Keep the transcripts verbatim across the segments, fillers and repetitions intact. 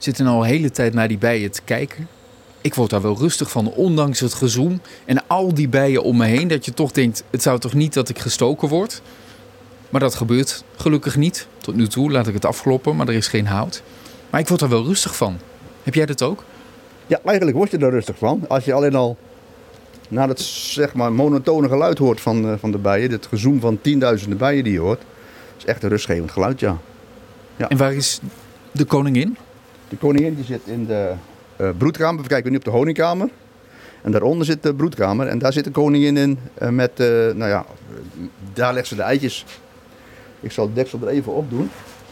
zitten al een hele tijd naar die bijen te kijken. Ik word daar wel rustig van, ondanks het gezoem en al die bijen om me heen. Dat je toch denkt, het zou toch niet dat ik gestoken word? Maar dat gebeurt gelukkig niet. Tot nu toe laat ik het afkloppen, maar er is geen hout. Maar ik word daar wel rustig van. Heb jij dat ook? Ja, eigenlijk word je er rustig van. Als je alleen al naar het zeg maar, monotone geluid hoort van, uh, van de bijen. Het gezoem van tienduizenden bijen die je hoort. Dat is echt een rustgevend geluid, ja. ja. En waar is de koningin? De koningin die zit in de uh, broedkamer. We kijken nu op de honingkamer. En daaronder zit de broedkamer. En daar zit de koningin in uh, met, uh, nou ja, daar legt ze de eitjes. Ik zal het deksel er even op doen.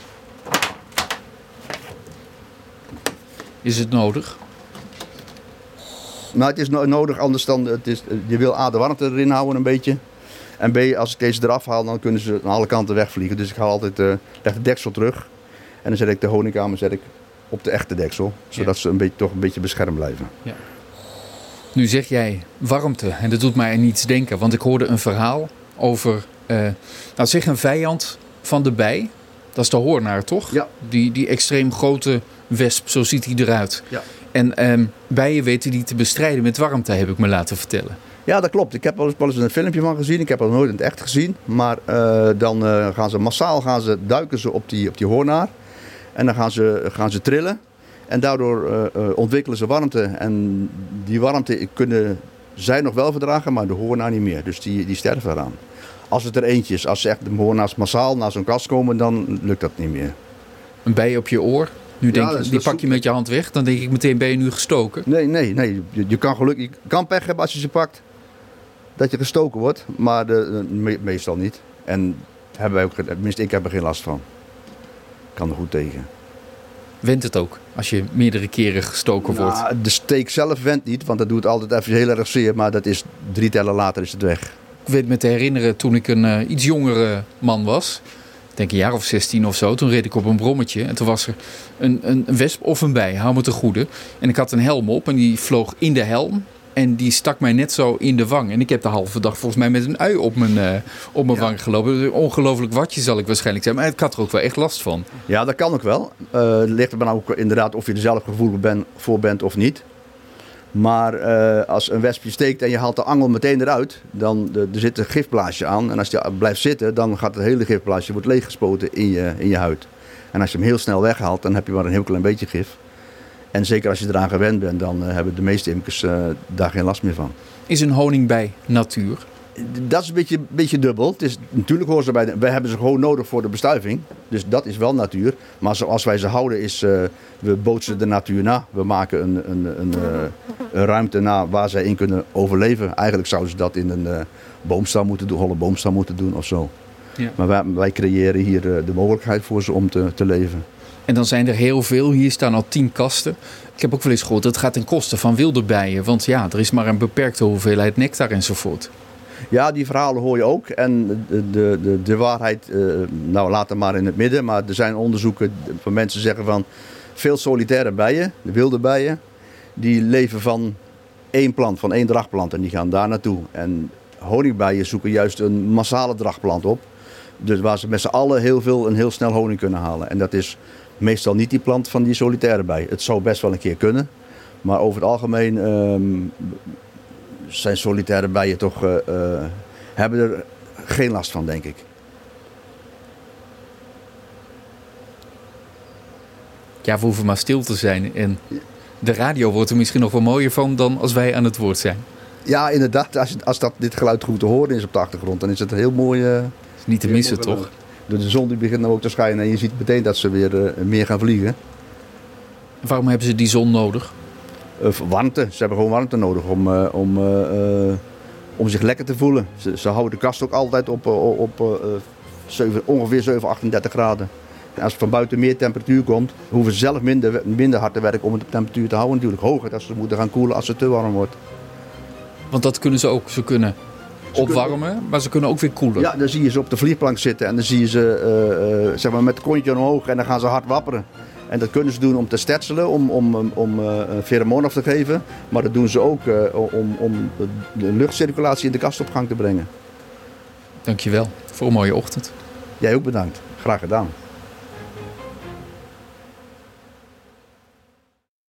Is het nodig? Nou, het is no- nodig, anders dan, het is, je wil A, de warmte erin houden een beetje. En B, als ik deze eraf haal, dan kunnen ze aan alle kanten wegvliegen. Dus ik haal altijd, uh, leg de deksel terug. En dan zet ik de honingkamer zet ik op de echte deksel. Zodat ja. ze een beetje, toch een beetje beschermd blijven. Ja. Nu zeg jij warmte en dat doet mij aan niets denken. Want ik hoorde een verhaal over, uh, nou zeg een vijand van de bij. Dat is de hoornaar, toch? Ja. Die, die extreem grote wesp, zo ziet hij eruit. Ja. En um, bijen weten die te bestrijden met warmte, heb ik me laten vertellen. Ja, dat klopt. Ik heb wel eens, wel eens een filmpje van gezien. Ik heb het nooit in het echt gezien. Maar uh, dan uh, gaan ze massaal gaan ze, duiken ze op die, op die hoornaar. En dan gaan ze, gaan ze trillen. En daardoor uh, uh, ontwikkelen ze warmte. En die warmte kunnen zij nog wel verdragen, maar de hoornaar niet meer. Dus die, die sterven eraan. Als het er eentje is, als ze echt de hoornaars massaal naar zo'n kast komen, dan lukt dat niet meer. Een bij op je oor? Nu denk ja, je, die pak je met je hand weg. Dan denk ik meteen, ben je nu gestoken? Nee, nee, nee. Je, je kan gelukkig, je kan pech hebben als je ze pakt. Dat je gestoken wordt, maar de, me, meestal niet. En hebben wij ook, tenminste ik heb er geen last van. Ik kan er goed tegen. Wendt het ook, als je meerdere keren gestoken nou, wordt? De steek zelf wendt niet, want dat doet altijd even heel erg zeer. Maar dat is drie tellen later is het weg. Ik weet me te herinneren toen ik een uh, iets jongere man was. Ik denk een jaar of zestien of zo. Toen reed ik op een brommetje. En toen was er een, een, een wesp of een bij. Hou me te goede. En ik had een helm op. En die vloog in de helm. En die stak mij net zo in de wang. En ik heb de halve dag volgens mij met een ui op mijn, uh, op mijn ja. wang gelopen. Ongelooflijk watje zal ik waarschijnlijk zijn. Maar ik had er ook wel echt last van. Ja, dat kan ook wel. Uh, het ligt er dan ook inderdaad of je er zelf gevoelig ben, voor bent of niet. Maar uh, als een wespje steekt en je haalt de angel meteen eruit, dan de, er zit een gifblaasje aan. En als je blijft zitten, dan gaat het hele gifblaasje wordt leeggespoten in je, in je huid. En als je hem heel snel weghaalt, dan heb je maar een heel klein beetje gif. En zeker als je eraan gewend bent, dan uh, hebben de meeste imkers uh, daar geen last meer van. Is een honingbij natuur? Dat is een beetje, beetje dubbel. Het is, natuurlijk horen ze bij de, wij hebben ze gewoon nodig voor de bestuiving. Dus dat is wel natuur. Maar zoals wij ze houden is, uh, we bootsen de natuur na. We maken een, een, een, uh, een ruimte na waar zij in kunnen overleven. Eigenlijk zouden ze dat in een uh, boomstam moeten doen, holle boomstam moeten doen of zo. Ja. Maar wij, wij creëren hier uh, de mogelijkheid voor ze om te, te leven. En dan zijn er heel veel. Hier staan al tien kasten. Ik heb ook wel eens gehoord dat het gaat ten koste van wilde bijen. Want ja, er is maar een beperkte hoeveelheid nectar enzovoort. Ja, die verhalen hoor je ook. En de, de, de, de waarheid, uh, nou laat het maar in het midden. Maar er zijn onderzoeken van mensen die zeggen van veel solitaire bijen, de wilde bijen, die leven van één plant, van één dragplant. En die gaan daar naartoe. En honingbijen zoeken juist een massale dragplant op. Dus waar ze met z'n allen heel veel en heel snel honing kunnen halen. En dat is meestal niet die plant van die solitaire bij. Het zou best wel een keer kunnen. Maar over het algemeen um, zijn solitaire bijen toch, uh, uh, hebben er geen last van, denk ik. Ja, we hoeven maar stil te zijn. En de radio wordt er misschien nog wel mooier van dan als wij aan het woord zijn. Ja, inderdaad. Als, als dat, dit geluid goed te horen is op de achtergrond, dan is het een heel mooi... Uh, is niet te missen, toch? De zon die begint nou ook te schijnen en je ziet meteen dat ze weer uh, meer gaan vliegen. Waarom hebben ze die zon nodig? Uh, warmte. Ze hebben gewoon warmte nodig om, uh, om, uh, uh, om zich lekker te voelen. Ze, ze houden de kast ook altijd op, uh, op uh, zeven, ongeveer zeven, achtendertig graden. En als er van buiten meer temperatuur komt, hoeven ze zelf minder, minder hard te werken om de temperatuur te houden. Natuurlijk hoger, dat ze moeten gaan koelen als het te warm wordt. Want dat kunnen ze ook. Ze kunnen ze opwarmen, kunnen, maar ze kunnen ook weer koelen. Ja, dan zie je ze op de vliegplank zitten en dan zie je ze uh, uh, zeg maar met het kontje omhoog en dan gaan ze hard wapperen. En dat kunnen ze doen om te stertselen, om, om, om uh, een pheromoon af te geven. Maar dat doen ze ook uh, om, om de luchtcirculatie in de kast op gang te brengen. Dankjewel voor een mooie ochtend. Jij ook bedankt. Graag gedaan.